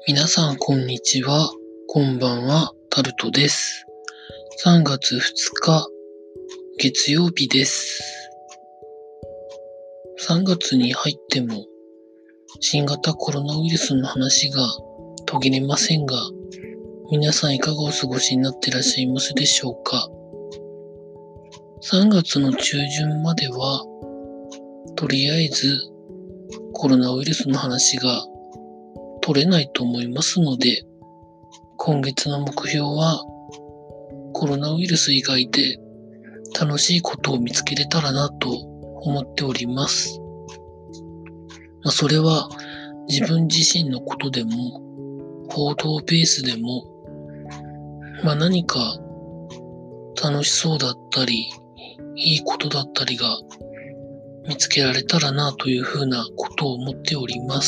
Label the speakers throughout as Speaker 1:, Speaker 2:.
Speaker 1: 皆さん、こんにちは。こんばんは、タルトです。3月2日、月曜日です。3月に入っても、新型コロナウイルスの話が途切れませんが、皆さんいかがお過ごしになっていらっしゃいますでしょうか。3月の中旬までは、とりあえずコロナウイルスの話が取れないと思いますので、今月の目標はコロナウイルス以外で楽しいことを見つけれたらなと思っております。それは自分自身のことでも、報道ベースでも、何か楽しそうだったり、いいことだったりが見つけられたらなというふうなことを思っております。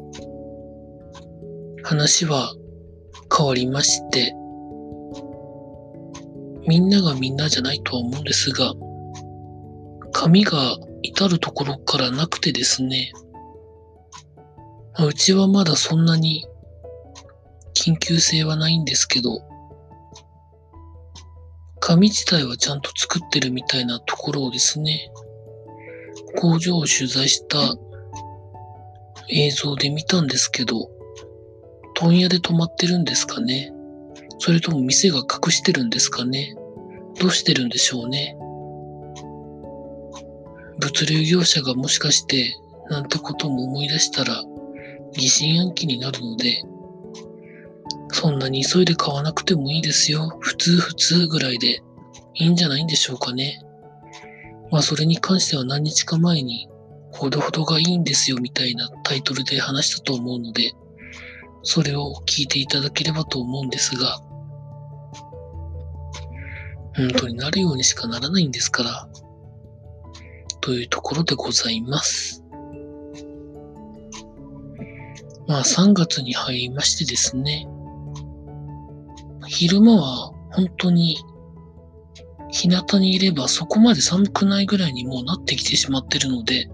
Speaker 1: 話は変わりまして、みんながみんなじゃないとは思うんですが、紙が至るところからなくてですね、うちはまだそんなに緊急性はないんですけど、紙自体はちゃんと作ってるみたいなところをですね、工場を取材した映像で見たんですけど、問屋で止まってるんですかね。それとも店が隠してるんですかね。どうしてるんでしょうね。物流業者がもしかしてなんてことも思い出したら疑心暗鬼になるので、そんなに急いで買わなくてもいいですよ。普通ぐらいでいいんじゃないんでしょうかね。それに関しては何日か前にほどほどがいいんですよみたいなタイトルで話したと思うので、それを聞いていただければと思うんですが、本当になるようにしかならないんですから、というところでございます。3月に入りましてですね、昼間は本当に日向にいればそこまで寒くないぐらいにもうなってきてしまってるので、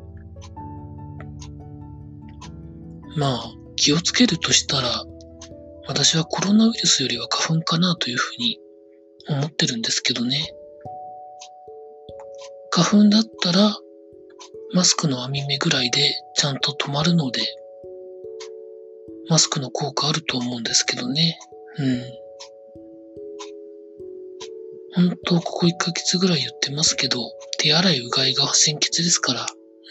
Speaker 1: 気をつけるとしたら、私はコロナウイルスよりは花粉かなというふうに思ってるんですけどね。花粉だったら、マスクの網目ぐらいでちゃんと止まるので、マスクの効果あると思うんですけどね。本当ここ1ヶ月ぐらい言ってますけど、手洗いうがいが先決ですから。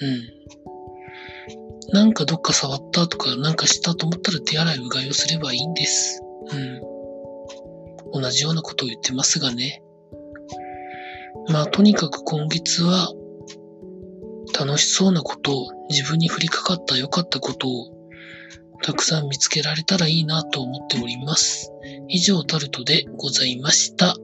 Speaker 1: なんかどっか触ったとかなんかしたと思ったら手洗いうがいをすればいいんです。同じようなことを言ってますがね。とにかく今月は楽しそうなことを、自分に降りかかった良かったことをたくさん見つけられたらいいなと思っております。以上タルトでございました。